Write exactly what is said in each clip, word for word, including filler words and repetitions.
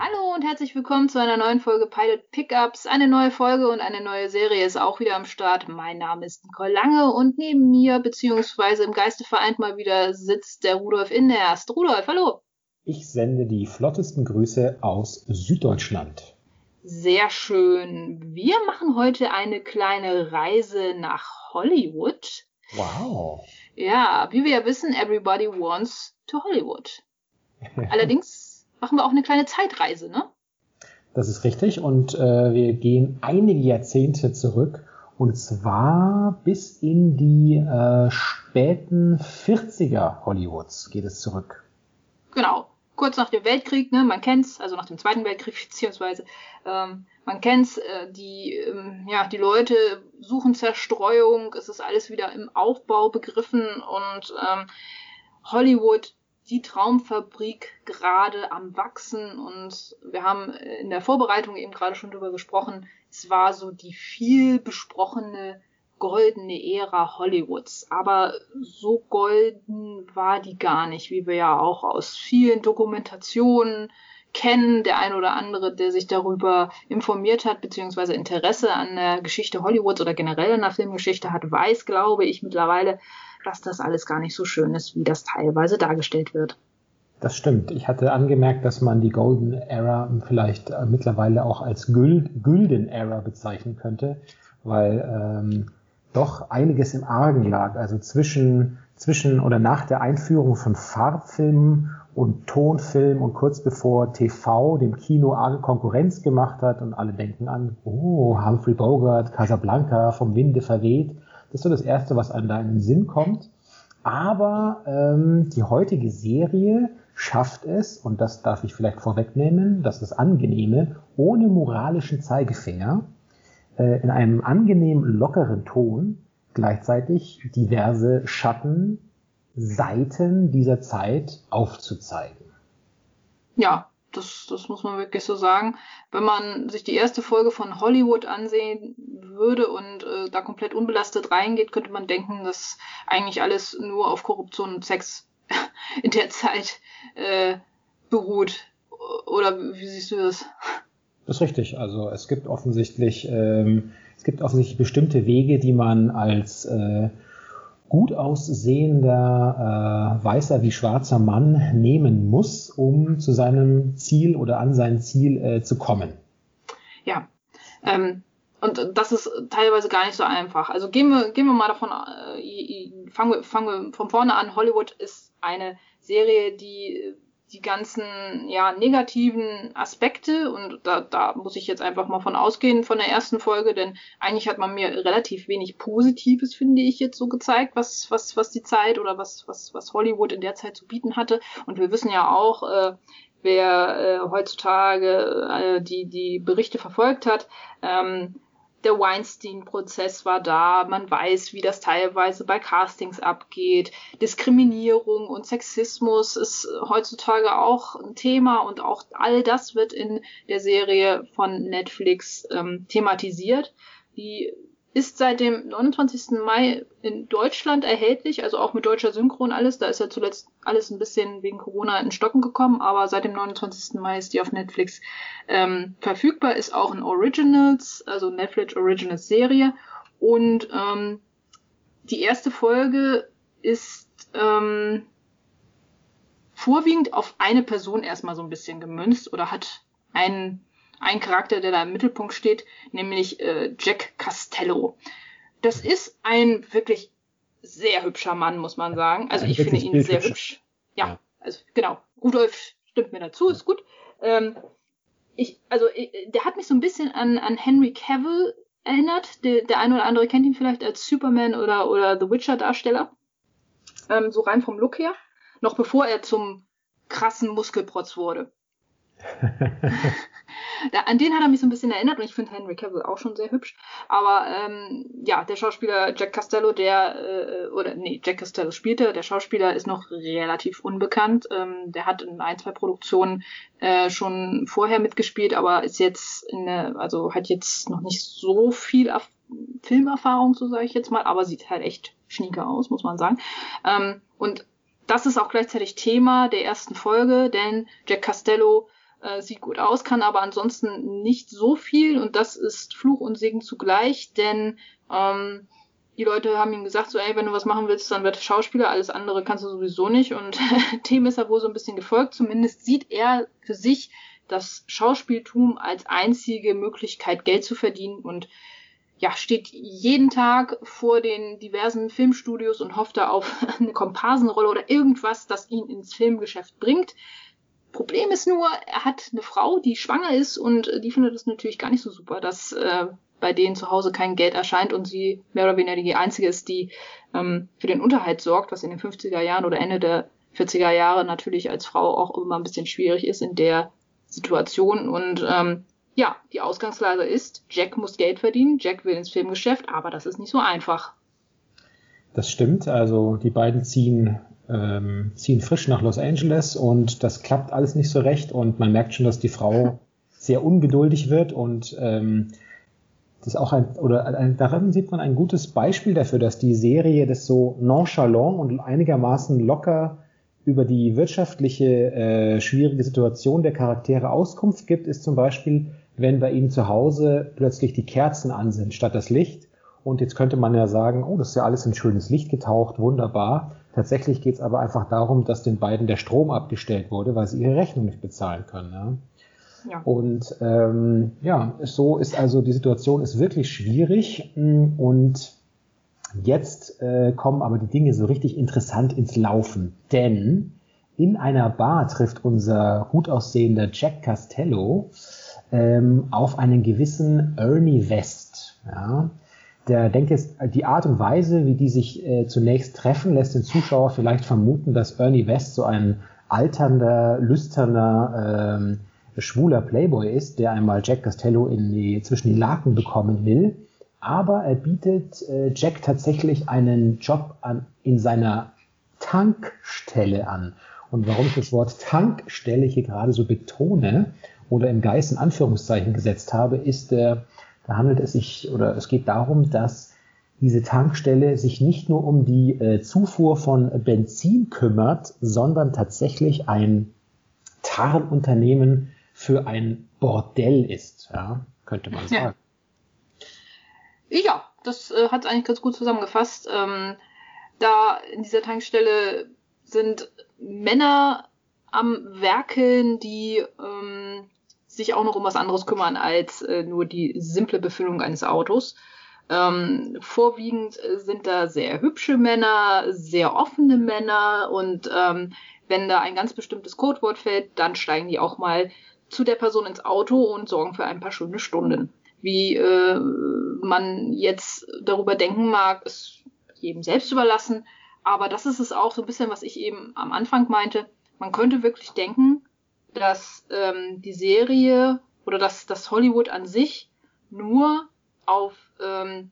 Hallo und herzlich willkommen zu einer neuen Folge Pilot Pickups. Eine neue Folge und eine neue Serie ist auch wieder am Start. Mein Name ist Nicole Lange und neben mir, beziehungsweise im Geiste vereint mal wieder, sitzt der Rudolf Inderst. Rudolf, hallo. Ich sende die flottesten Grüße aus Süddeutschland. Sehr schön. Wir machen heute eine kleine Reise nach Hollywood. Wow. Ja, wie wir ja wissen, everybody wants to Hollywood. Allerdings machen wir auch eine kleine Zeitreise, ne? Das ist richtig und äh, wir gehen einige Jahrzehnte zurück und zwar bis in die äh, späten vierziger Hollywoods geht es zurück. Genau, kurz nach dem Weltkrieg, ne? Man kennt's, also nach dem Zweiten Weltkrieg beziehungsweise ähm, man kennt's, äh, die ähm, ja die Leute suchen Zerstreuung, es ist alles wieder im Aufbau begriffen und ähm, Hollywood, die Traumfabrik, gerade am Wachsen, und wir haben in der Vorbereitung eben gerade schon drüber gesprochen, es war so die viel besprochene goldene Ära Hollywoods, aber so golden war die gar nicht, wie wir ja auch aus vielen Dokumentationen kennen. Der ein oder andere, der sich darüber informiert hat, beziehungsweise Interesse an der Geschichte Hollywoods oder generell an der Filmgeschichte hat, weiß, glaube ich, mittlerweile, dass das alles gar nicht so schön ist, wie das teilweise dargestellt wird. Das stimmt. Ich hatte angemerkt, dass man die Golden Era vielleicht äh, mittlerweile auch als Güld, Gülden Era bezeichnen könnte, weil ähm, doch einiges im Argen lag. Also zwischen, zwischen oder nach der Einführung von Farbfilmen und Tonfilm und kurz bevor T V dem Kino arge Konkurrenz gemacht hat und alle denken an, oh, Humphrey Bogart, Casablanca, vom Winde verweht. Das ist so das Erste, was einem da in den Sinn kommt. Aber ähm, die heutige Serie schafft es, und das darf ich vielleicht vorwegnehmen, das ist das Angenehme, ohne moralischen Zeigefinger, äh, in einem angenehm lockeren Ton gleichzeitig diverse Schattenseiten dieser Zeit aufzuzeigen. Ja, das, das muss man wirklich so sagen. Wenn man sich die erste Folge von Hollywood ansehen würde und äh, da komplett unbelastet reingeht, könnte man denken, dass eigentlich alles nur auf Korruption und Sex in der Zeit äh, beruht. Oder wie siehst du das? Das ist richtig. Also es gibt offensichtlich, ähm, es gibt offensichtlich bestimmte Wege, die man als äh, gut aussehender, äh, weißer wie schwarzer Mann nehmen muss, um zu seinem Ziel oder an sein Ziel äh, zu kommen. Ja, ähm, und das ist teilweise gar nicht so einfach. Also gehen wir, gehen wir mal davon, äh, fangen wir, fangen wir von vorne an. Hollywood ist eine Serie, die die ganzen ja negativen Aspekte, und da, da muss ich jetzt einfach mal von ausgehen von der ersten Folge, denn eigentlich hat man mir relativ wenig Positives, finde ich, jetzt so gezeigt, was was was die Zeit oder was was was Hollywood in der Zeit zu bieten hatte. Und wir wissen ja auch, äh, wer äh, heutzutage äh, die die Berichte verfolgt hat, ähm, der Weinstein-Prozess war da, man weiß, wie das teilweise bei Castings abgeht. Diskriminierung und Sexismus ist heutzutage auch ein Thema, und auch all das wird in der Serie von Netflix ähm, thematisiert. Die ist seit dem neunundzwanzigsten Mai in Deutschland erhältlich, also auch mit deutscher Synchron alles. Da ist ja zuletzt alles ein bisschen wegen Corona in Stocken gekommen, aber seit dem neunundzwanzigsten Mai ist die auf Netflix ähm, verfügbar, ist auch ein Originals, also Netflix Originals Serie. Und ähm, die erste Folge ist ähm, vorwiegend auf eine Person erstmal so ein bisschen gemünzt oder hat einen ein Charakter, der da im Mittelpunkt steht, nämlich äh, Jack Costello. Das ist ein wirklich sehr hübscher Mann, muss man sagen. Also ich finde ihn sehr hübsch. Ja, ja, also genau. Rudolf stimmt mir dazu, ist gut. Ähm, ich, also ich, der hat mich so ein bisschen an, an Henry Cavill erinnert. Der, der eine oder andere kennt ihn vielleicht als Superman oder, oder The Witcher-Darsteller. Ähm, so rein vom Look her. Noch bevor er zum krassen Muskelprotz wurde. Da, an den hat er mich so ein bisschen erinnert, und ich finde Henry Cavill auch schon sehr hübsch. Aber ähm, ja, der Schauspieler Jack Costello, der, äh, oder nee, Jack Costello spielte, der Schauspieler ist noch relativ unbekannt. Ähm, der hat in ein, zwei Produktionen äh, schon vorher mitgespielt, aber ist jetzt in der, also hat jetzt noch nicht so viel Erf- Filmerfahrung, so sage ich jetzt mal, aber sieht halt echt schnieke aus, muss man sagen. Ähm, und das ist auch gleichzeitig Thema der ersten Folge, denn Jack Costello äh, sieht gut aus, kann aber ansonsten nicht so viel und das ist Fluch und Segen zugleich, denn ähm, die Leute haben ihm gesagt, so, ey, wenn du was machen willst, dann wird Schauspieler, alles andere kannst du sowieso nicht und dem ist er wohl so ein bisschen gefolgt, zumindest sieht er für sich das Schauspieltum als einzige Möglichkeit, Geld zu verdienen und ja, steht jeden Tag vor den diversen Filmstudios und hofft da auf eine Komparsenrolle oder irgendwas, das ihn ins Filmgeschäft bringt. Problem ist nur, er hat eine Frau, die schwanger ist und die findet es natürlich gar nicht so super, dass äh, bei denen zu Hause kein Geld erscheint und sie mehr oder weniger die einzige ist, die ähm, für den Unterhalt sorgt, was in den fünfziger Jahren oder Ende der vierziger Jahre natürlich als Frau auch immer ein bisschen schwierig ist in der Situation. Und ähm, ja, die Ausgangslage ist, Jack muss Geld verdienen, Jack will ins Filmgeschäft, aber das ist nicht so einfach. Das stimmt, also die beiden ziehen, ähm, ziehen frisch nach Los Angeles und das klappt alles nicht so recht und man merkt schon, dass die Frau sehr ungeduldig wird und ähm, das ist auch ein, oder ein, daran sieht man ein gutes Beispiel dafür, dass die Serie das so nonchalant und einigermaßen locker über die wirtschaftliche äh, schwierige Situation der Charaktere Auskunft gibt, ist zum Beispiel, wenn bei ihnen zu Hause plötzlich die Kerzen an sind statt das Licht. Und jetzt könnte man ja sagen, oh, das ist ja alles in schönes Licht getaucht, wunderbar. Tatsächlich geht es aber einfach darum, dass den beiden der Strom abgestellt wurde, weil sie ihre Rechnung nicht bezahlen können. Ja? Ja. Und ähm, ja, so ist also die Situation ist wirklich schwierig und jetzt äh, kommen aber die Dinge so richtig interessant ins Laufen, denn in einer Bar trifft unser gut aussehender Jack Costello ähm, auf einen gewissen Ernie West. Ja? Der denke, die Art und Weise, wie die sich äh, zunächst treffen, lässt den Zuschauer vielleicht vermuten, dass Ernie West so ein alternder, lüsterner, ähm, schwuler Playboy ist, der einmal Jack Costello in die, zwischen die Laken bekommen will. Aber er bietet äh, Jack tatsächlich einen Job an, in seiner Tankstelle an. Und warum ich das Wort Tankstelle hier gerade so betone oder im Geist in Anführungszeichen gesetzt habe, ist, äh, da handelt es sich, oder es geht darum, dass diese Tankstelle sich nicht nur um die äh, Zufuhr von Benzin kümmert, sondern tatsächlich ein Tarnunternehmen für ein Bordell ist, ja, könnte man sagen. Ja, ja das äh, hat eigentlich ganz gut zusammengefasst. Ähm, da in dieser Tankstelle sind Männer am Werkeln, die ähm, sich auch noch um was anderes kümmern als äh, nur die simple Befüllung eines Autos. Ähm, vorwiegend sind da sehr hübsche Männer, sehr offene Männer und ähm, wenn da ein ganz bestimmtes Codewort fällt, dann steigen die auch mal zu der Person ins Auto und sorgen für ein paar schöne Stunden. Wie äh, man jetzt darüber denken mag, ist jedem selbst überlassen. Aber das ist es auch so ein bisschen, was ich eben am Anfang meinte. Man könnte wirklich denken, dass ähm, die Serie oder dass das Hollywood an sich nur auf ähm,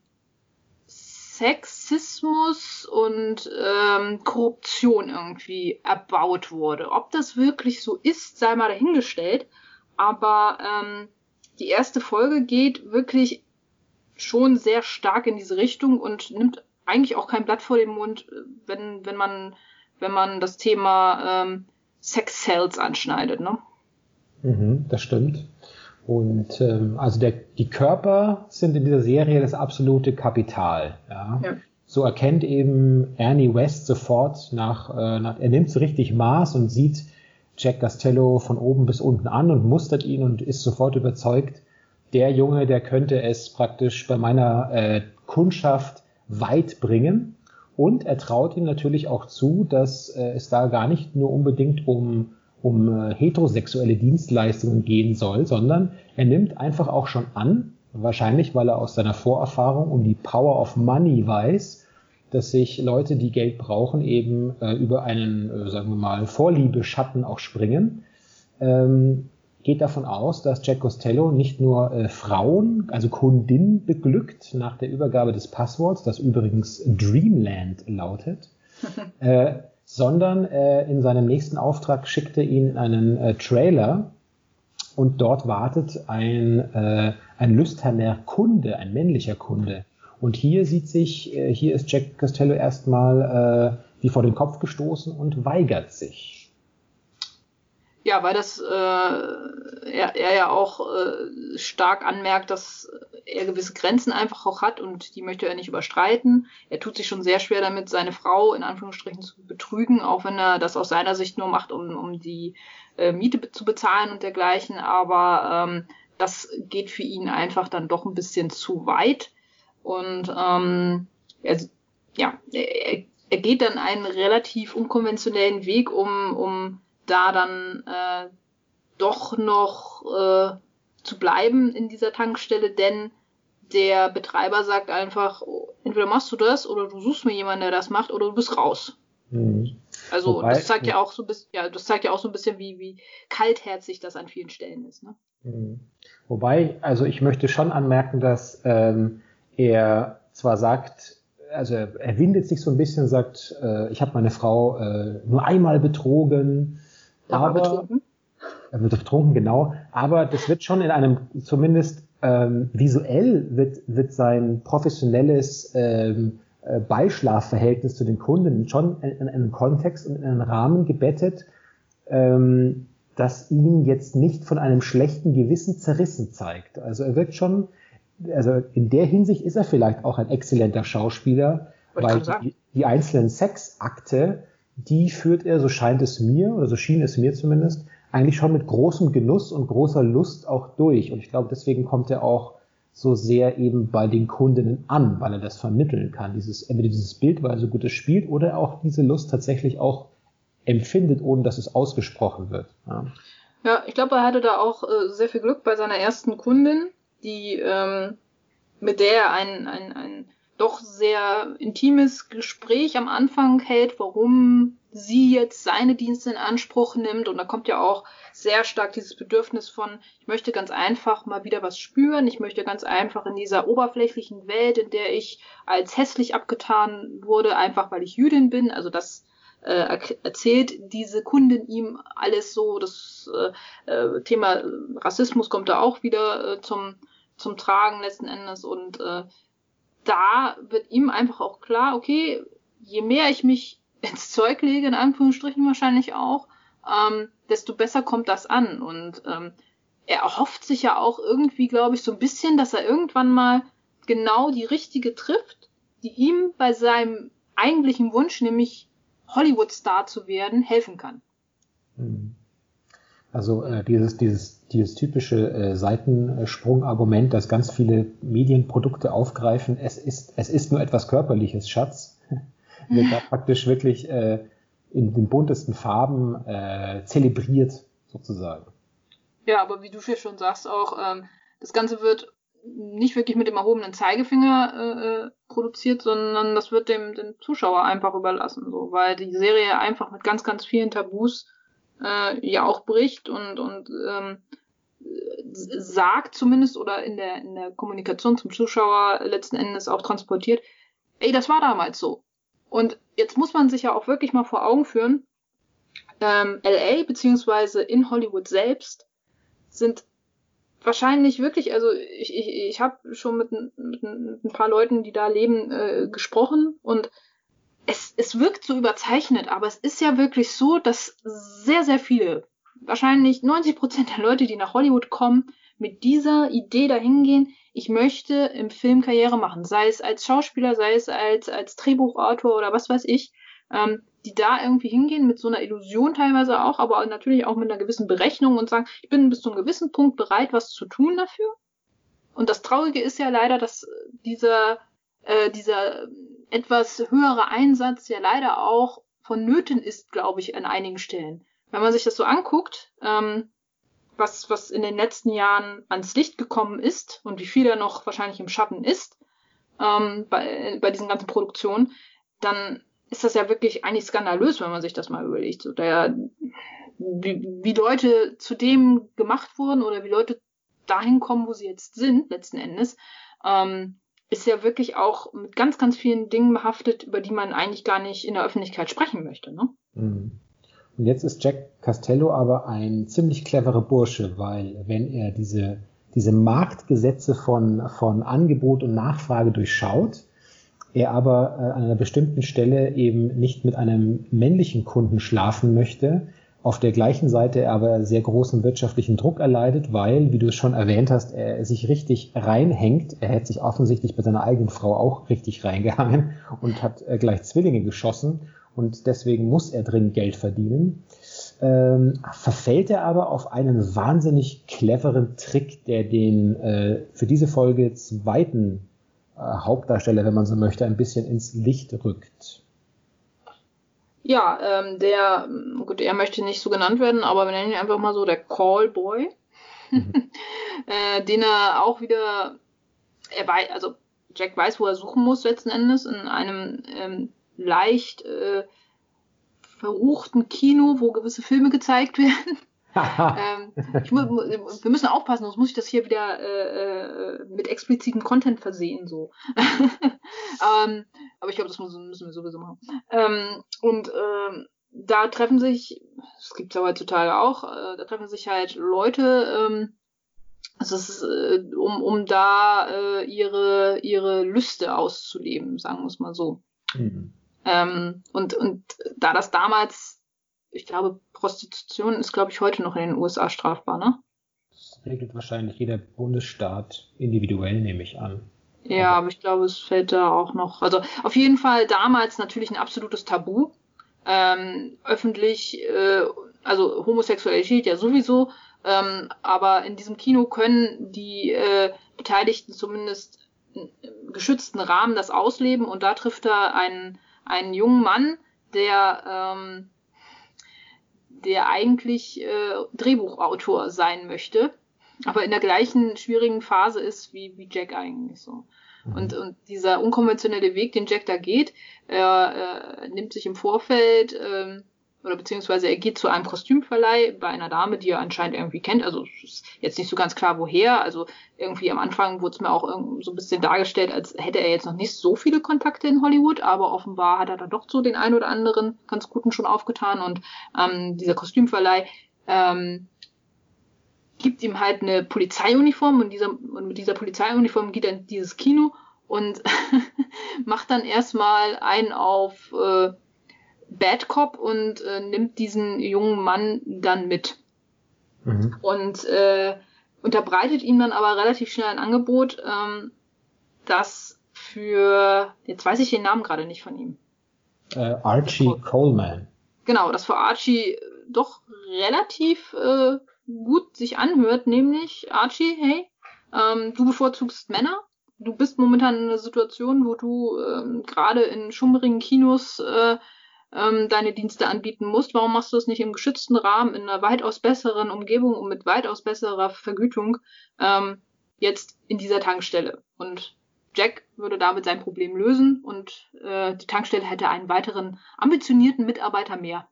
Sexismus und ähm, Korruption irgendwie erbaut wurde. Ob das wirklich so ist, sei mal dahingestellt. Aber ähm, die erste Folge geht wirklich schon sehr stark in diese Richtung und nimmt eigentlich auch kein Blatt vor den Mund, wenn wenn man wenn man das Thema ähm, Sex Cells anschneidet, ne? Mhm, das stimmt. Und ähm, also der, die Körper sind in dieser Serie das absolute Kapital. Ja? Ja. So erkennt eben Ernie West sofort nach, äh, nach, er nimmt so richtig Maß und sieht Jack Costello von oben bis unten an und mustert ihn und ist sofort überzeugt, der Junge, der könnte es praktisch bei meiner äh, Kundschaft weit bringen. Und er traut ihm natürlich auch zu, dass äh, es da gar nicht nur unbedingt um um äh, heterosexuelle Dienstleistungen gehen soll, sondern er nimmt einfach auch schon an, wahrscheinlich weil er aus seiner Vorerfahrung um die Power of Money weiß, dass sich Leute, die Geld brauchen, eben äh, über einen, äh, sagen wir mal, Vorliebeschatten auch springen, ähm, geht davon aus, dass Jack Costello nicht nur äh, Frauen, also Kundinnen beglückt nach der Übergabe des Passworts, das übrigens Dreamland lautet, äh, sondern äh, in seinem nächsten Auftrag schickte ihn einen äh, Trailer und dort wartet ein, äh, ein lüsterner Kunde, ein männlicher Kunde. Und hier sieht sich, äh, hier ist Jack Costello erstmal äh, wie vor den Kopf gestoßen und weigert sich. Ja, weil das äh, er, er ja auch äh, stark anmerkt, dass er gewisse Grenzen einfach auch hat und die möchte er nicht überstreiten. Er tut sich schon sehr schwer damit, seine Frau in Anführungsstrichen zu betrügen, auch wenn er das aus seiner Sicht nur macht, um, um die äh, Miete be- zu bezahlen und dergleichen. Aber ähm, das geht für ihn einfach dann doch ein bisschen zu weit. Und ähm, er, ja, er, er geht dann einen relativ unkonventionellen Weg, um, um da dann äh, doch noch äh, zu bleiben in dieser Tankstelle, denn der Betreiber sagt einfach, entweder machst du das oder du suchst mir jemanden, der das macht, oder du bist raus. Mhm. Also Wobei, das zeigt ja auch so ein bisschen, ja, das zeigt ja auch so ein bisschen, wie, wie kaltherzig das an vielen Stellen ist. Ne? Mhm. Wobei, also ich möchte schon anmerken, dass ähm, er zwar sagt, also er windet sich so ein bisschen, sagt, äh, ich habe meine Frau äh, nur einmal betrogen, Da aber betrunken. Er wird betrunken, genau. Aber das wird schon in einem, zumindest ähm, visuell, wird, wird sein professionelles ähm, äh, Beischlafverhältnis zu den Kunden schon in, in einen Kontext und in einen Rahmen gebettet, ähm, das ihn jetzt nicht von einem schlechten Gewissen zerrissen zeigt. Also er wirkt schon, also in der Hinsicht ist er vielleicht auch ein exzellenter Schauspieler, weil die, die einzelnen Sexakte, die führt er, so scheint es mir, oder so schien es mir zumindest, eigentlich schon mit großem Genuss und großer Lust auch durch. Und ich glaube, deswegen kommt er auch so sehr eben bei den Kundinnen an, weil er das vermitteln kann. Dieses, entweder dieses Bild, weil er so gut es spielt, oder auch diese Lust tatsächlich auch empfindet, ohne dass es ausgesprochen wird. Ja, ja ich glaube, er hatte da auch äh, sehr viel Glück bei seiner ersten Kundin, die ähm, mit der er ein, ein, ein doch sehr intimes Gespräch am Anfang hält, warum sie jetzt seine Dienste in Anspruch nimmt. Und da kommt ja auch sehr stark dieses Bedürfnis von, ich möchte ganz einfach mal wieder was spüren. Ich möchte ganz einfach in dieser oberflächlichen Welt, in der ich als hässlich abgetan wurde, einfach weil ich Jüdin bin. Also das äh, erzählt diese Kundin ihm alles so. Das äh, Thema Rassismus kommt da auch wieder äh, zum, zum Tragen letzten Endes. Und äh, da wird ihm einfach auch klar, okay, je mehr ich mich ins Zeug lege, in Anführungsstrichen wahrscheinlich auch, ähm, desto besser kommt das an. Und ähm, er erhofft sich ja auch irgendwie, glaube ich, so ein bisschen, dass er irgendwann mal genau die richtige trifft, die ihm bei seinem eigentlichen Wunsch, nämlich Hollywood-Star zu werden, helfen kann. Also äh, dieses, dieses, dieses typische äh, Seitensprung-Argument, dass ganz viele Medienprodukte aufgreifen, es ist, es ist nur etwas Körperliches, Schatz, wird da praktisch wirklich äh, in den buntesten Farben äh, zelebriert, sozusagen. Ja, aber wie du schon sagst auch, ähm, das Ganze wird nicht wirklich mit dem erhobenen Zeigefinger äh, produziert, sondern das wird dem, dem Zuschauer einfach überlassen, so, weil die Serie einfach mit ganz, ganz vielen Tabus äh, ja auch bricht und, und ähm, sagt zumindest oder in der, in der Kommunikation zum Zuschauer letzten Endes auch transportiert, ey, das war damals so. Und jetzt muss man sich ja auch wirklich mal vor Augen führen, ähm, L A beziehungsweise in Hollywood selbst sind wahrscheinlich wirklich, also ich, ich, ich habe schon mit, mit, mit ein paar Leuten, die da leben, äh, gesprochen und es, es wirkt so überzeichnet, aber es ist ja wirklich so, dass sehr, sehr viele, wahrscheinlich neunzig Prozent der Leute, die nach Hollywood kommen, mit dieser Idee dahin gehen, ich möchte im Film Karriere machen, sei es als Schauspieler, sei es als, als Drehbuchautor oder was weiß ich, ähm, die da irgendwie hingehen mit so einer Illusion teilweise auch, aber natürlich auch mit einer gewissen Berechnung und sagen, ich bin bis zu einem gewissen Punkt bereit, was zu tun dafür. Und das Traurige ist ja leider, dass dieser, äh, dieser etwas höhere Einsatz ja leider auch vonnöten ist, glaube ich, an einigen Stellen. Wenn man sich das so anguckt, ähm, was, was in den letzten Jahren ans Licht gekommen ist und wie viel da noch wahrscheinlich im Schatten ist, ähm, bei, bei diesen ganzen Produktionen, dann ist das ja wirklich eigentlich skandalös, wenn man sich das mal überlegt. So, der, wie, wie Leute zu dem gemacht wurden oder wie Leute dahin kommen, wo sie jetzt sind, letzten Endes, ähm, ist ja wirklich auch mit ganz, ganz vielen Dingen behaftet, über die man eigentlich gar nicht in der Öffentlichkeit sprechen möchte. Ne? Und jetzt ist Jack Costello aber ein ziemlich cleverer Bursche, weil wenn er diese, diese Marktgesetze von, von Angebot und Nachfrage durchschaut, er aber äh, an einer bestimmten Stelle eben nicht mit einem männlichen Kunden schlafen möchte, auf der gleichen Seite aber sehr großen wirtschaftlichen Druck erleidet, weil, wie du es schon erwähnt hast, er sich richtig reinhängt. Er hat sich offensichtlich bei seiner eigenen Frau auch richtig reingehangen und hat äh, gleich Zwillinge geschossen und deswegen muss er dringend Geld verdienen. Ähm, verfällt er aber auf einen wahnsinnig cleveren Trick, der den äh, für diese Folge zweiten äh, Hauptdarsteller, wenn man so möchte, ein bisschen ins Licht rückt. Ja, ähm, der, gut, er möchte nicht so genannt werden, aber wir nennen ihn einfach mal so der Callboy, mhm. äh, den er auch wieder, er weiß, also Jack weiß, wo er suchen muss letzten Endes, in einem ähm, leicht äh, verruchten Kino, wo gewisse Filme gezeigt werden. ähm, ich mu- wir müssen aufpassen, sonst muss ich das hier wieder äh, mit explizitem Content versehen. So. ähm, aber ich glaube, das müssen wir sowieso machen. Ähm, und ähm, da treffen sich, das gibt es ja heutzutage auch, äh, da treffen sich halt Leute, ähm, also es ist, äh, um, um da äh, ihre, ihre Lüste auszuleben, sagen wir es mal so. Mhm. Ähm, und, und da das damals, ich glaube, Prostitution ist, glaube ich, heute noch in den U S A strafbar, ne? Das regelt wahrscheinlich jeder Bundesstaat individuell, nehme ich an. Ja, aber, aber ich glaube, es fällt da auch noch, also auf jeden Fall damals natürlich ein absolutes Tabu. Ähm, öffentlich, äh, also Homosexualität ja sowieso, ähm, aber in diesem Kino können die äh, Beteiligten zumindest im geschützten Rahmen das ausleben und da trifft er einen, einen jungen Mann, der ähm, der eigentlich äh, Drehbuchautor sein möchte, aber in der gleichen schwierigen Phase ist wie, wie Jack eigentlich so. Mhm. Und, und dieser unkonventionelle Weg, den Jack da geht, er äh, nimmt sich im Vorfeld, ähm, oder beziehungsweise er geht zu einem Kostümverleih bei einer Dame, die er anscheinend irgendwie kennt, also ist jetzt nicht so ganz klar woher, also irgendwie am Anfang wurde es mir auch so ein bisschen dargestellt, als hätte er jetzt noch nicht so viele Kontakte in Hollywood, aber offenbar hat er da doch so den einen oder anderen ganz guten schon aufgetan und ähm, dieser Kostümverleih ähm, gibt ihm halt eine Polizeiuniform und, dieser, und mit dieser Polizeiuniform geht er in dieses Kino und macht dann erstmal einen auf äh, Bad Cop und äh, nimmt diesen jungen Mann dann mit. Mhm. Und äh, unterbreitet ihm dann aber relativ schnell ein Angebot, ähm, das für, jetzt weiß ich den Namen gerade nicht von ihm. Äh, Archie Coleman. Genau, das für Archie doch relativ äh, gut sich anhört, nämlich Archie, hey, ähm, du bevorzugst Männer, du bist momentan in einer Situation, wo du ähm, gerade in schummrigen Kinos äh, ähm, deine Dienste anbieten musst, warum machst du das nicht im geschützten Rahmen, in einer weitaus besseren Umgebung und mit weitaus besserer Vergütung ähm, jetzt in dieser Tankstelle? Und Jack würde damit sein Problem lösen und äh, die Tankstelle hätte einen weiteren ambitionierten Mitarbeiter mehr.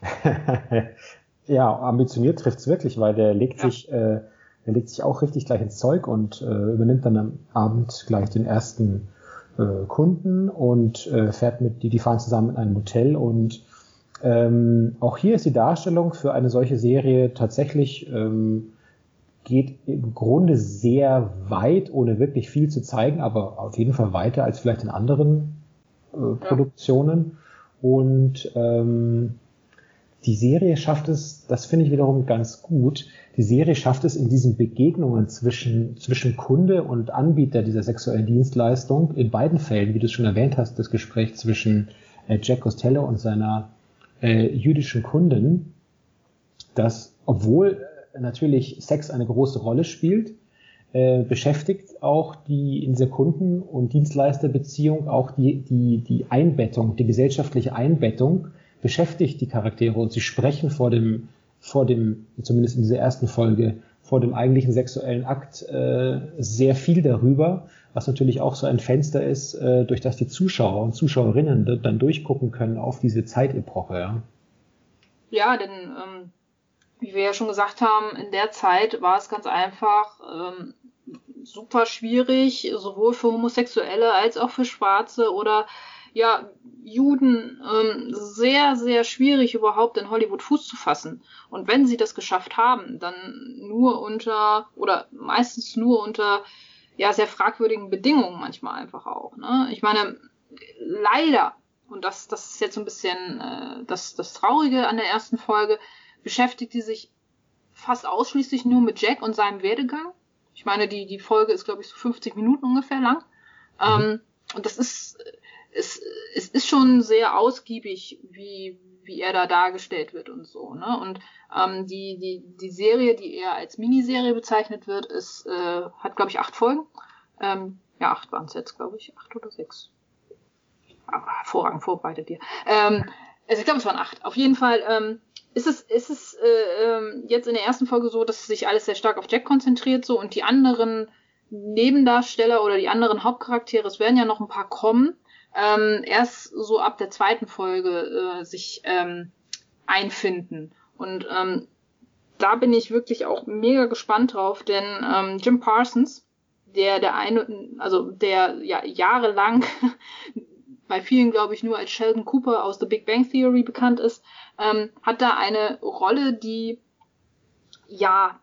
Ja, ambitioniert trifft's wirklich, weil der legt ja. sich, äh, der legt sich auch richtig gleich ins Zeug und äh, übernimmt dann am Abend gleich den ersten äh, Kunden und äh, fährt mit, die, die fahren zusammen in ein Hotel und ähm, auch hier ist die Darstellung für eine solche Serie tatsächlich ähm, geht im Grunde sehr weit, ohne wirklich viel zu zeigen, aber auf jeden Fall weiter als vielleicht in anderen äh, ja. Produktionen und ähm, die Serie schafft es, das finde ich wiederum ganz gut, die Serie schafft es in diesen Begegnungen zwischen, zwischen Kunde und Anbieter dieser sexuellen Dienstleistung, in beiden Fällen, wie du es schon erwähnt hast, das Gespräch zwischen äh, Jack Costello und seiner äh, jüdischen Kundin, dass, obwohl äh, natürlich Sex eine große Rolle spielt, äh, beschäftigt auch die in dieser Kunden- und Dienstleisterbeziehung auch die, die, die Einbettung, die gesellschaftliche Einbettung beschäftigt die Charaktere und sie sprechen vor dem, vor dem, zumindest in dieser ersten Folge, vor dem eigentlichen sexuellen Akt äh, sehr viel darüber, was natürlich auch so ein Fenster ist, äh, durch das die Zuschauer und Zuschauerinnen dann durchgucken können auf diese Zeitepoche. Ja, ja denn ähm, wie wir ja schon gesagt haben, in der Zeit war es ganz einfach ähm, super schwierig, sowohl für Homosexuelle als auch für Schwarze oder ja, Juden ähm, sehr, sehr schwierig überhaupt in Hollywood Fuß zu fassen. Und wenn sie das geschafft haben, dann nur unter, oder meistens nur unter, ja, sehr fragwürdigen Bedingungen manchmal einfach auch. Ne? Ich meine, leider, und das, das ist jetzt so ein bisschen äh, das, das Traurige an der ersten Folge, beschäftigt die sich fast ausschließlich nur mit Jack und seinem Werdegang. Ich meine, die, die Folge ist, glaube ich, so fünfzig Minuten ungefähr lang. Mhm. Ähm, und das ist, es, es ist schon sehr ausgiebig, wie, wie er da dargestellt wird und so, ne? Und ähm, die, die, die Serie, die eher als Miniserie bezeichnet wird, ist, äh, hat, glaube ich, acht Folgen. Ähm, ja, acht waren es jetzt, glaube ich. Acht oder sechs. Aber hervorragend vorbereitet dir. Ähm, also ich glaube, es waren acht. Auf jeden Fall ähm, ist es, ist es äh, jetzt in der ersten Folge so, dass sich alles sehr stark auf Jack konzentriert so und die anderen Nebendarsteller oder die anderen Hauptcharaktere, es werden ja noch ein paar kommen, ähm, erst so ab der zweiten Folge äh, sich ähm, einfinden. Und ähm, da bin ich wirklich auch mega gespannt drauf, denn ähm, Jim Parsons, der der eine, also der ja jahrelang bei vielen, glaube ich, nur als Sheldon Cooper aus The Big Bang Theory bekannt ist, ähm, hat da eine Rolle, die, ja,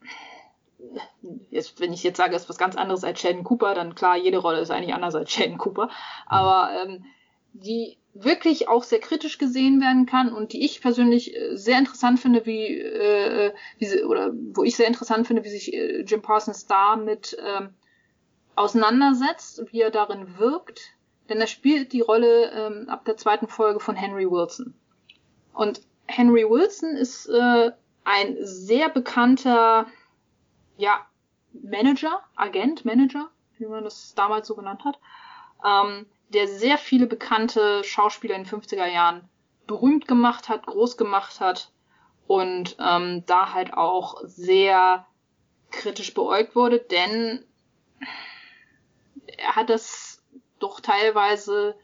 jetzt, wenn ich jetzt sage, ist was ganz anderes als Sheldon Cooper, dann klar, jede Rolle ist eigentlich anders als Sheldon Cooper, aber ähm, die wirklich auch sehr kritisch gesehen werden kann und die ich persönlich sehr interessant finde, wie, äh, wie sie, oder wo ich sehr interessant finde, wie sich äh, Jim Parsons damit ähm, auseinandersetzt, wie er darin wirkt. Denn er spielt die Rolle ähm, ab der zweiten Folge von Henry Wilson. Und Henry Wilson ist äh, ein sehr bekannter, ja, Manager, Agent, Manager, wie man das damals so genannt hat, ähm, der sehr viele bekannte Schauspieler in den fünfziger Jahren berühmt gemacht hat, groß gemacht hat und ähm, da halt auch sehr kritisch beäugt wurde, denn er hat das doch teilweise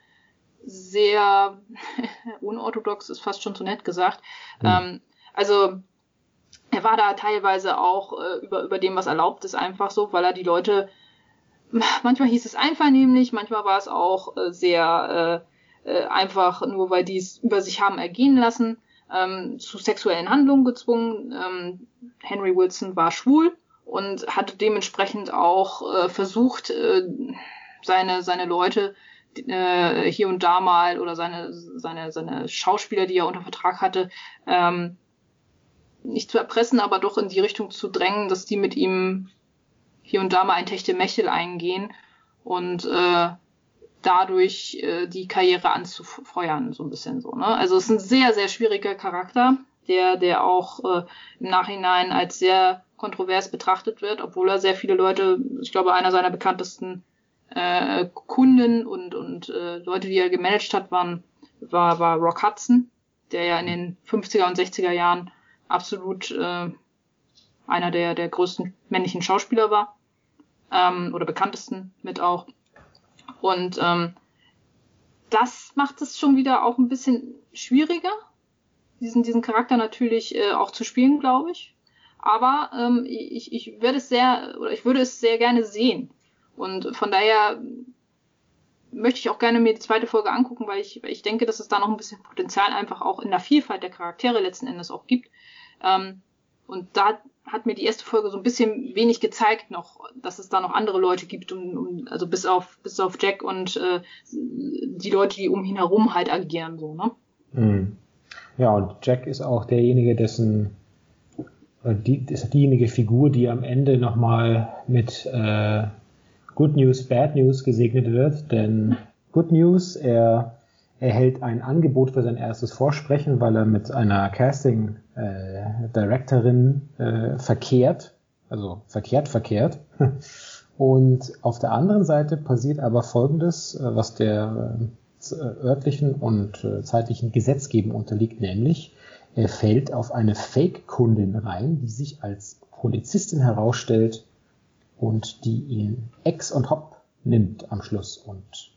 sehr unorthodox, ist fast schon zu nett gesagt. Mhm. Ähm, also er war da teilweise auch äh, über, über dem, was erlaubt ist, einfach so, weil er die Leute, manchmal hieß es einvernehmlich, manchmal war es auch äh, sehr äh, äh, einfach, nur weil die es über sich haben ergehen lassen, ähm, zu sexuellen Handlungen gezwungen. Ähm, Henry Wilson war schwul und hatte dementsprechend auch äh, versucht, äh, seine seine Leute äh, hier und da mal oder seine seine seine Schauspieler, die er unter Vertrag hatte, ähm, nicht zu erpressen, aber doch in die Richtung zu drängen, dass die mit ihm hier und da mal ein Techtelmechtel eingehen und äh, dadurch äh, die Karriere anzufeuern, so ein bisschen so, ne? Also es ist ein sehr, sehr schwieriger Charakter, der der auch äh, im Nachhinein als sehr kontrovers betrachtet wird, obwohl er sehr viele Leute, ich glaube, einer seiner bekanntesten äh, Kunden und und äh, Leute, die er gemanagt hat, waren war war Rock Hudson, der ja in den fünfziger und sechziger Jahren absolut äh, einer der der größten männlichen Schauspieler war, ähm, oder bekanntesten mit auch. Und ähm, das macht es schon wieder auch ein bisschen schwieriger, diesen diesen Charakter natürlich äh, auch zu spielen, glaube ich. Aber ähm, ich ich werde es sehr oder ich würde es sehr gerne sehen. Und von daher möchte ich auch gerne mir die zweite Folge angucken, weil ich, weil ich denke, dass es da noch ein bisschen Potenzial einfach auch in der Vielfalt der Charaktere letzten Endes auch gibt. Ähm, und da hat mir die erste Folge so ein bisschen wenig gezeigt noch, dass es da noch andere Leute gibt, um, um, also bis auf bis auf Jack und äh, die Leute, die um ihn herum halt agieren, so, ne? Mhm. Ja, und Jack ist auch derjenige, dessen die, ist diejenige Figur, die am Ende nochmal mit äh, Good News, Bad News gesegnet wird, denn Good News, er erhält ein Angebot für sein erstes Vorsprechen, weil er mit einer Casting äh, Directorin äh, verkehrt, also verkehrt verkehrt. Und auf der anderen Seite passiert aber Folgendes, äh, was der äh, örtlichen und äh, zeitlichen Gesetzgebung unterliegt, nämlich er fällt auf eine Fake-Kundin rein, die sich als Polizistin herausstellt und die ihn ex und hopp nimmt am Schluss. Und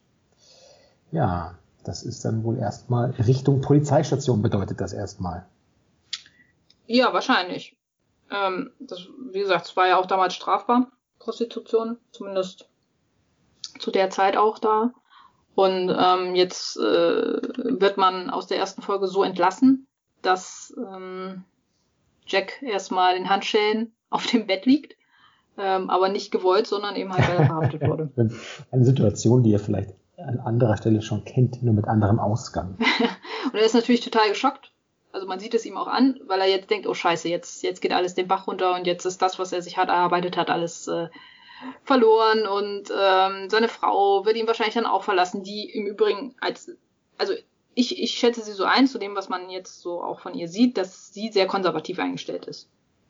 ja, das ist dann wohl erstmal Richtung Polizeistation, bedeutet das erstmal. Ja, wahrscheinlich. Ähm, das, wie gesagt, es war ja auch damals strafbar, Prostitution, zumindest zu der Zeit auch da. Und ähm, jetzt äh, wird man aus der ersten Folge so entlassen, dass ähm, Jack erstmal in Handschellen auf dem Bett liegt. Ähm, aber nicht gewollt, sondern eben halt, weil er verhaftet wurde. Eine Situation, die er vielleicht an anderer Stelle schon kennt, nur mit anderem Ausgang. Und er ist natürlich total geschockt. Also also man sieht es ihm auch an, weil er jetzt denkt, oh scheiße, jetzt, jetzt geht alles den Bach runter und jetzt ist das, was er sich hart erarbeitet hat, alles äh, verloren und ähm, seine Frau wird ihn wahrscheinlich dann auch verlassen, die im Übrigen als, also ich, ich schätze sie so ein, zu dem, was man jetzt so auch von ihr sieht, dass sie sehr konservativ eingestellt ist.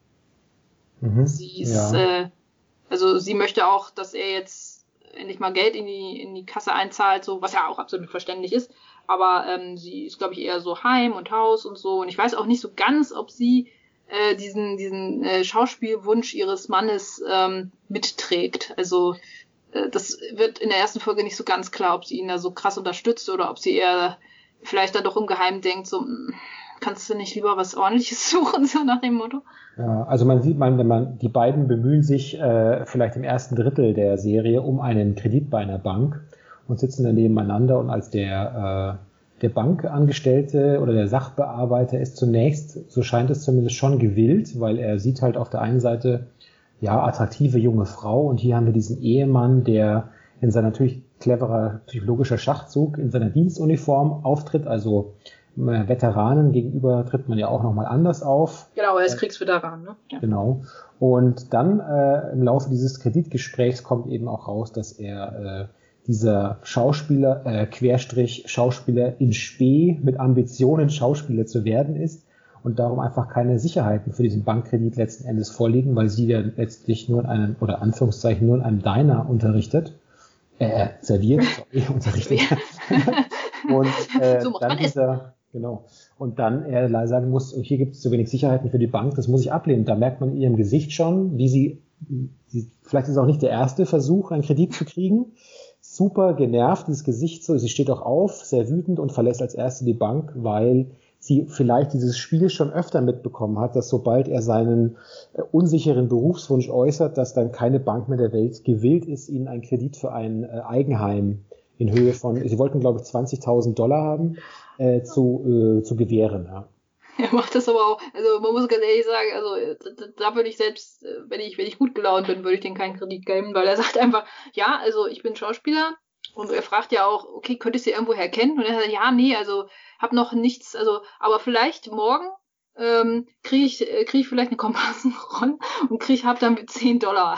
Mhm, sie ist, ja. äh, also sie möchte auch, dass er jetzt endlich mal Geld in die, in die Kasse einzahlt, so, was ja auch absolut verständlich ist, aber ähm, sie ist, glaube ich, eher so Heim und Haus und so und ich weiß auch nicht so ganz, ob sie äh, diesen, diesen äh, Schauspielwunsch ihres Mannes ähm, mitträgt, also äh, das wird in der ersten Folge nicht so ganz klar, ob sie ihn da so krass unterstützt oder ob sie eher vielleicht dann doch im Geheimen denkt, so, kannst du nicht lieber was Ordentliches suchen, so nach dem Motto? Ja, also man sieht, man, wenn man, die beiden bemühen sich äh, vielleicht im ersten Drittel der Serie um einen Kredit bei einer Bank und sitzen dann nebeneinander und als der, äh, der Bankangestellte oder der Sachbearbeiter ist zunächst, so scheint es zumindest schon gewillt, weil er sieht halt auf der einen Seite, ja, attraktive junge Frau und hier haben wir diesen Ehemann, der in seiner natürlich cleverer psychologischer Schachzug in seiner Dienstuniform auftritt, also Veteranen gegenüber tritt man ja auch nochmal anders auf. Genau, er ist Kriegsveteran, ne? Ja. Genau. Und dann äh, im Laufe dieses Kreditgesprächs kommt eben auch raus, dass er äh, dieser Schauspieler, äh, Querstrich Schauspieler in Spe mit Ambitionen, Schauspieler zu werden ist und darum einfach keine Sicherheiten für diesen Bankkredit letzten Endes vorliegen, weil sie ja letztlich nur in einem, oder Anführungszeichen nur in einem Diner unterrichtet. Äh, serviert, sorry, unterrichtet. Und äh, so dann dieser, genau. Und dann er leider sagen muss, hier gibt es zu wenig Sicherheiten für die Bank, das muss ich ablehnen. Da merkt man in ihrem Gesicht schon, wie sie, sie vielleicht ist es auch nicht der erste Versuch, einen Kredit zu kriegen. Super genervt, dieses Gesicht so, sie steht auch auf, sehr wütend und verlässt als erste die Bank, weil sie vielleicht dieses Spiel schon öfter mitbekommen hat, dass sobald er seinen äh, unsicheren Berufswunsch äußert, dass dann keine Bank mehr der Welt gewillt ist, ihnen einen Kredit für ein äh, Eigenheim in Höhe von, sie wollten glaube ich zwanzigtausend Dollar haben, äh, zu, äh, zu gewähren. Ja. Er macht das aber auch, also man muss ganz ehrlich sagen, also da, da würde ich selbst, wenn ich, wenn ich gut gelaunt bin, würde ich denen keinen Kredit geben, weil er sagt einfach, ja, also ich bin Schauspieler und er fragt ja auch, okay, könntest du irgendwo herkennen? Und er sagt, ja, nee, also hab noch nichts, also, aber vielleicht morgen ähm, kriege ich, äh, krieg ich vielleicht eine Komparsenrolle und krieg, hab dann mit zehn Dollar.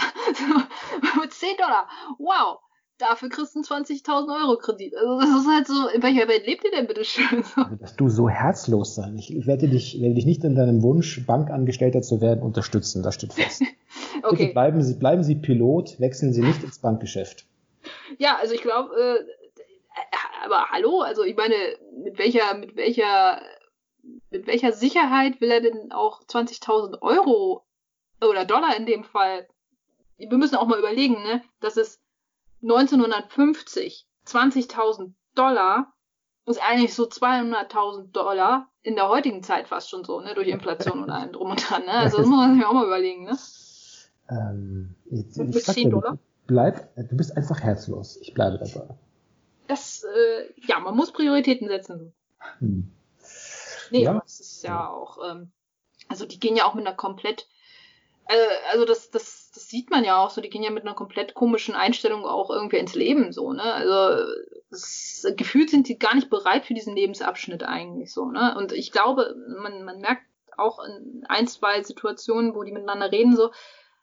Mit zehn Dollar, wow! Dafür kriegst du einen zwanzigtausend Euro Kredit. Also das ist halt so, in welcher Welt lebt ihr denn bitte schön? Also, dass du so herzlos sein. Ich, ich werde dich, werde dich nicht in deinem Wunsch, Bankangestellter zu werden, unterstützen. Das steht fest. Okay. Bitte bleiben Sie, bleiben Sie Pilot, wechseln Sie nicht ins Bankgeschäft. Ja, also ich glaube, äh, aber hallo, also ich meine, mit welcher, mit welcher, mit welcher Sicherheit will er denn auch zwanzigtausend Euro oder Dollar in dem Fall? Wir müssen auch mal überlegen, ne, dass es neunzehnhundertfünfzig zwanzigtausend Dollar ist eigentlich so zweihunderttausend Dollar in der heutigen Zeit fast schon so, ne, durch Inflation und allem drum und dran, ne? Also das muss man sich auch mal überlegen, ne? Ähm, ich, ich mit zehn Dollar? Bleib, du bist einfach herzlos. Ich bleibe dabei. Das, äh, ja, man muss Prioritäten setzen. Hm. Nee, ja. Aber es ist ja auch, ähm, also die gehen ja auch mit einer komplett, äh, also das, das, das sieht man ja auch so, die gehen ja mit einer komplett komischen Einstellung auch irgendwie ins Leben so, ne? Also das, gefühlt sind die gar nicht bereit für diesen Lebensabschnitt eigentlich so, ne? Und ich glaube, man, man merkt auch in ein, zwei Situationen, wo die miteinander reden, so,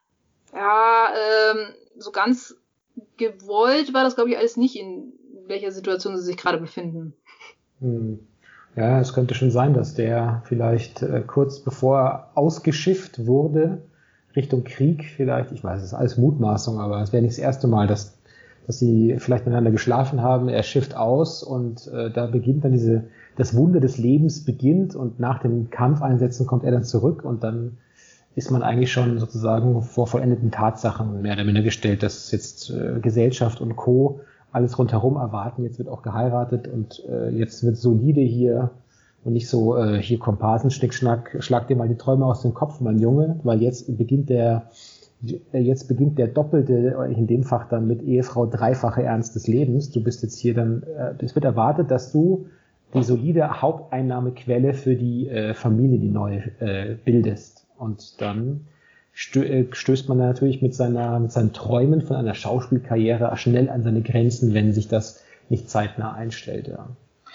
ja, ähm, so ganz gewollt war das, glaube ich, alles nicht, in welcher Situation sie sich gerade befinden. Hm. Ja, es könnte schon sein, dass der vielleicht äh, kurz bevor er ausgeschifft wurde, Richtung Krieg vielleicht, ich weiß, es ist alles Mutmaßung, aber es wäre nicht das erste Mal, dass, dass sie vielleicht miteinander geschlafen haben, er schifft aus und äh, da beginnt dann diese, das Wunder des Lebens beginnt und nach dem Kampfeinsätzen kommt er dann zurück und dann ist man eigentlich schon sozusagen vor vollendeten Tatsachen mehr oder minder gestellt, dass jetzt äh, Gesellschaft und Co. alles rundherum erwarten, jetzt wird auch geheiratet und äh, jetzt wird solide hier und nicht so äh, hier Komparsen, Schnickschnack, schlag dir mal die Träume aus dem Kopf, mein Junge, weil jetzt beginnt der jetzt beginnt der doppelte, in dem Fach dann mit Ehefrau dreifache Ernst des Lebens. Du bist jetzt hier dann, äh, es wird erwartet, dass du die solide Haupteinnahmequelle für die äh, Familie, die neu äh, bildest. Und dann stö- stößt man natürlich mit seiner, mit seinen Träumen von einer Schauspielkarriere schnell an seine Grenzen, wenn sich das nicht zeitnah einstellt, ja.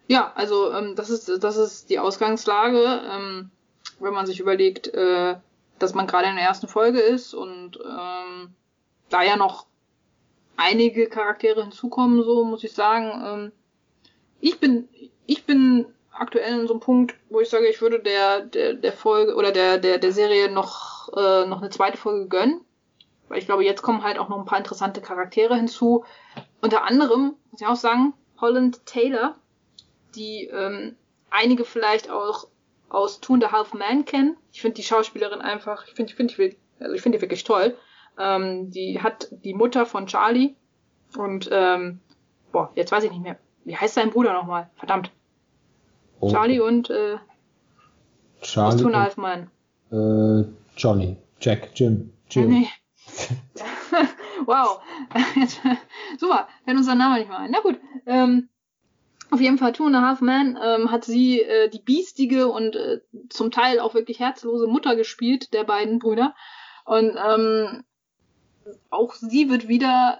Ja, also ähm, das ist das ist die Ausgangslage, ähm, wenn man sich überlegt, äh, dass man gerade in der ersten Folge ist und ähm, da ja noch einige Charaktere hinzukommen, so muss ich sagen. Ähm, ich bin ich bin aktuell in so einem Punkt, wo ich sage, ich würde der der der Folge oder der der der Serie noch äh, noch eine zweite Folge gönnen, weil ich glaube, jetzt kommen halt auch noch ein paar interessante Charaktere hinzu. Unter anderem muss ich auch sagen, Holland Taylor, die ähm, einige vielleicht auch aus Two and a Half Men kennen. Ich finde die Schauspielerin einfach, ich finde ich finde die, also ich finde die wirklich toll. Ähm, die hat die Mutter von Charlie und ähm, boah, jetzt weiß ich nicht mehr. Wie heißt sein Bruder nochmal? Verdammt. Oh. Charlie und äh, Charlie aus Two and a Half Men. Äh, Johnny, Jack, Jim, Jim. Nee. Wow. Jetzt, super, fällt unser Name nicht mal ein. Na gut. Ähm, auf jeden Fall Two and a Half Men ähm, hat sie äh, die biestige und äh, zum Teil auch wirklich herzlose Mutter gespielt, der beiden Brüder. Und ähm, auch sie wird wieder,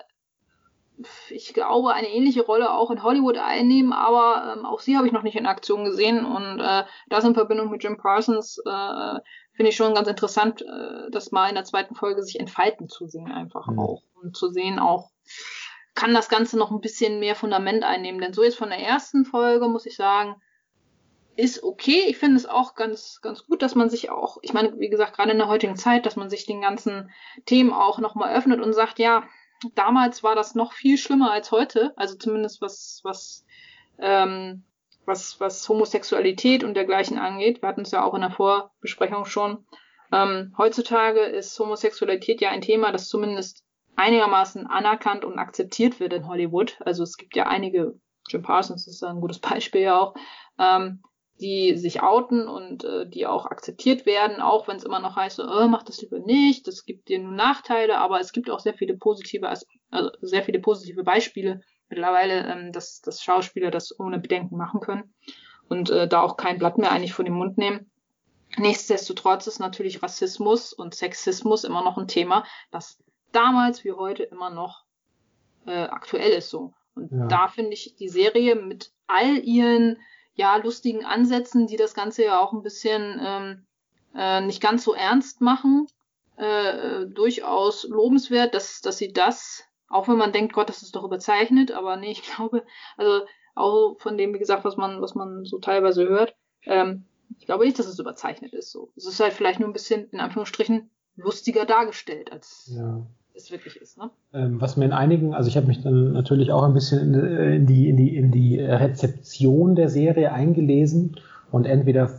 ich glaube, eine ähnliche Rolle auch in Hollywood einnehmen, aber ähm, auch sie habe ich noch nicht in Aktion gesehen. Und äh, das in Verbindung mit Jim Parsons äh, finde ich schon ganz interessant, äh, das mal in der zweiten Folge sich entfalten zu sehen einfach mhm. auch. Und zu sehen auch, kann das Ganze noch ein bisschen mehr Fundament einnehmen. Denn so jetzt von der ersten Folge, muss ich sagen, ist okay. Ich finde es auch ganz, ganz gut, dass man sich auch, ich meine, wie gesagt, gerade in der heutigen Zeit, dass man sich den ganzen Themen auch nochmal öffnet und sagt, ja, damals war das noch viel schlimmer als heute. Also zumindest was, was, ähm, was, was Homosexualität und dergleichen angeht. Wir hatten es ja auch in der Vorbesprechung schon. Ähm, heutzutage ist Homosexualität ja ein Thema, das zumindest einigermaßen anerkannt und akzeptiert wird in Hollywood. Also es gibt ja einige, Jim Parsons ist ein gutes Beispiel ja auch, ähm, die sich outen und äh, die auch akzeptiert werden, auch wenn es immer noch heißt, so, oh, mach das lieber nicht, das gibt dir nur Nachteile, aber es gibt auch sehr viele positive, also sehr viele positive Beispiele mittlerweile, ähm, dass, dass Schauspieler das ohne Bedenken machen können und äh, da auch kein Blatt mehr eigentlich vor den Mund nehmen. Nichtsdestotrotz ist natürlich Rassismus und Sexismus immer noch ein Thema, das damals wie heute immer noch äh, aktuell ist so. Und ja. Da finde ich die Serie mit all ihren ja lustigen Ansätzen, die das Ganze ja auch ein bisschen ähm, äh, nicht ganz so ernst machen, äh, durchaus lobenswert, dass, dass sie das, auch wenn man denkt, Gott, das ist doch überzeichnet, aber nee, ich glaube, also auch von dem, wie gesagt, was man, was man so teilweise hört, ähm, ich glaube nicht, dass es überzeichnet ist. So. Es ist halt vielleicht nur ein bisschen, in Anführungsstrichen, lustiger dargestellt, als ja. es wirklich ist. Ne? Ähm, was mir in einigen, also ich habe mich dann natürlich auch ein bisschen in, in, die, in, die, in die Rezeption der Serie eingelesen und entweder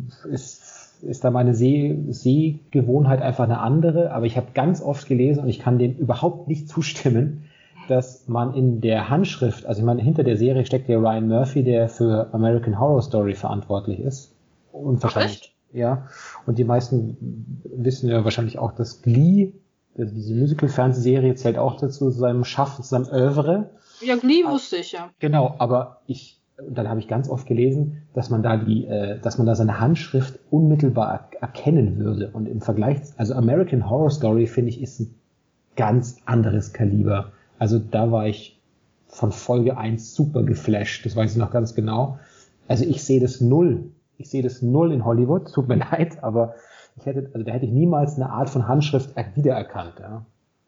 ist, ist da meine Seh, Sehgewohnheit einfach eine andere, aber ich habe ganz oft gelesen und ich kann dem überhaupt nicht zustimmen, dass man in der Handschrift, also ich meine, hinter der Serie steckt ja Ryan Murphy, der für American Horror Story verantwortlich ist. Und wahrscheinlich, ja. Und die meisten wissen ja wahrscheinlich auch, dass Glee, also diese Musical-Fernsehserie, zählt auch dazu, zu seinem Schaffen, zu seinem Oeuvre. Ja, Glee wusste ich ja. Genau, aber ich, dann habe ich ganz oft gelesen, dass man da die, äh, dass man da seine Handschrift unmittelbar er- erkennen würde. Und im Vergleich, also American Horror Story, finde ich, ist ein ganz anderes Kaliber. Also da war ich von Folge eins super geflasht, das weiß ich noch ganz genau. Also ich sehe das null. Ich sehe das null in Hollywood, tut mir leid, aber ich hätte, also da hätte ich niemals eine Art von Handschrift wiedererkannt. Ja.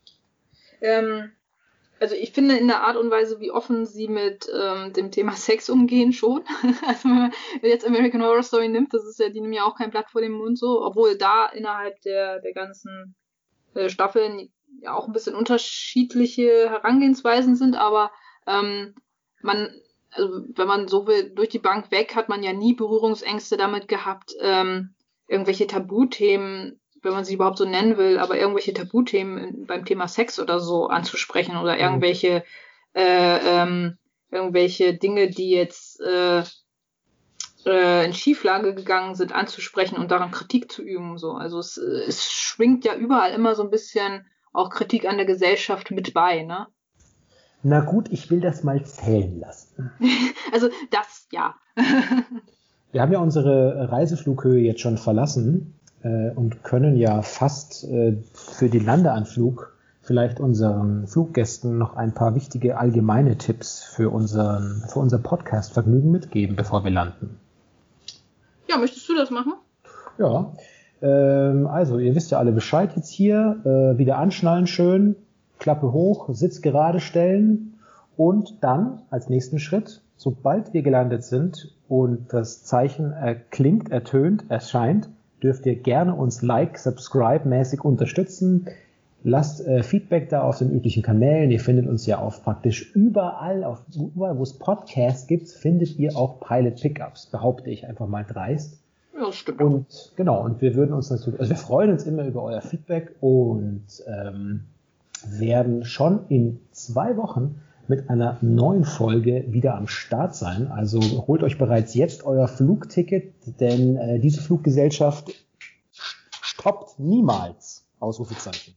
Ähm, also ich finde in der Art und Weise, wie offen sie mit ähm, dem Thema Sex umgehen, schon. Also wenn man jetzt American Horror Story nimmt, das ist ja, die nehmen ja auch kein Blatt vor den Mund so, obwohl da innerhalb der, der ganzen äh, Staffeln ja auch ein bisschen unterschiedliche Herangehensweisen sind, aber ähm, man also wenn man so will, durch die Bank weg, hat man ja nie Berührungsängste damit gehabt, ähm, irgendwelche Tabuthemen, wenn man sie überhaupt so nennen will, aber irgendwelche Tabuthemen beim Thema Sex oder so anzusprechen oder irgendwelche äh, ähm, irgendwelche Dinge, die jetzt äh, äh, in Schieflage gegangen sind, anzusprechen und daran Kritik zu üben. So. Also es, es schwingt ja überall immer so ein bisschen auch Kritik an der Gesellschaft mit bei, ne? Na gut, ich will das mal zählen lassen. Also das, ja. Wir haben ja unsere Reiseflughöhe jetzt schon verlassen äh, und können ja fast äh, für den Landeanflug vielleicht unseren Fluggästen noch ein paar wichtige allgemeine Tipps für, unseren, für unser Podcast-Vergnügen mitgeben, bevor wir landen. Ja, möchtest du das machen? Ja, ähm, also ihr wisst ja alle Bescheid jetzt hier. Äh, wieder anschnallen schön, Klappe hoch, Sitz gerade stellen und dann als nächsten Schritt, sobald wir gelandet sind und das Zeichen erklingt, ertönt, erscheint, dürft ihr gerne uns Like, Subscribe-mäßig unterstützen. Lasst äh, Feedback da auf den üblichen Kanälen. Ihr findet uns ja auf praktisch überall, auf überall, wo es Podcasts gibt, findet ihr auch Pilot Pickups, behaupte ich einfach mal dreist. Ja, das stimmt. Und genau, und wir würden uns natürlich, also wir freuen uns immer über euer Feedback und ähm, werden schon in zwei Wochen mit einer neuen Folge wieder am Start sein. Also holt euch bereits jetzt euer Flugticket, denn äh, diese Fluggesellschaft stoppt niemals. Ausrufezeichen.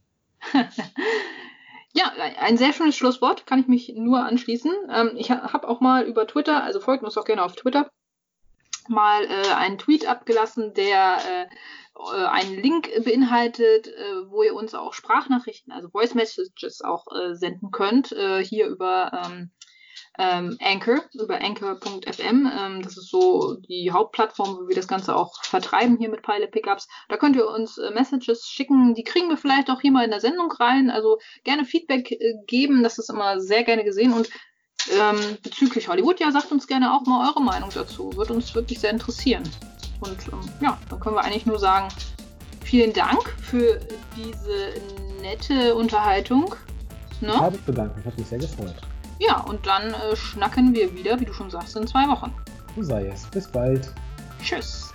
Ja, ein sehr schönes Schlusswort, kann ich mich nur anschließen. Ähm, ich habe auch mal über Twitter, also folgt uns auch gerne auf Twitter, mal äh, einen Tweet abgelassen, der äh, einen Link beinhaltet, äh, wo ihr uns auch Sprachnachrichten, also Voice Messages auch äh, senden könnt, äh, hier über ähm, ähm, Anchor, über anchor punkt f m. Ähm, das ist so die Hauptplattform, wo wir das Ganze auch vertreiben hier mit Pilot Pickups. Da könnt ihr uns äh, Messages schicken, die kriegen wir vielleicht auch hier mal in der Sendung rein, also gerne Feedback äh, geben, das ist immer sehr gerne gesehen und Ähm, bezüglich Hollywood, ja, sagt uns gerne auch mal eure Meinung dazu. Wird uns wirklich sehr interessieren. Und ähm, ja, dann können wir eigentlich nur sagen, vielen Dank für diese nette Unterhaltung. Ne? Ich habe mich bedankt, ich habe mich sehr gefreut. Ja, und dann äh, schnacken wir wieder, wie du schon sagst, in zwei Wochen. So sei es. Bis bald. Tschüss.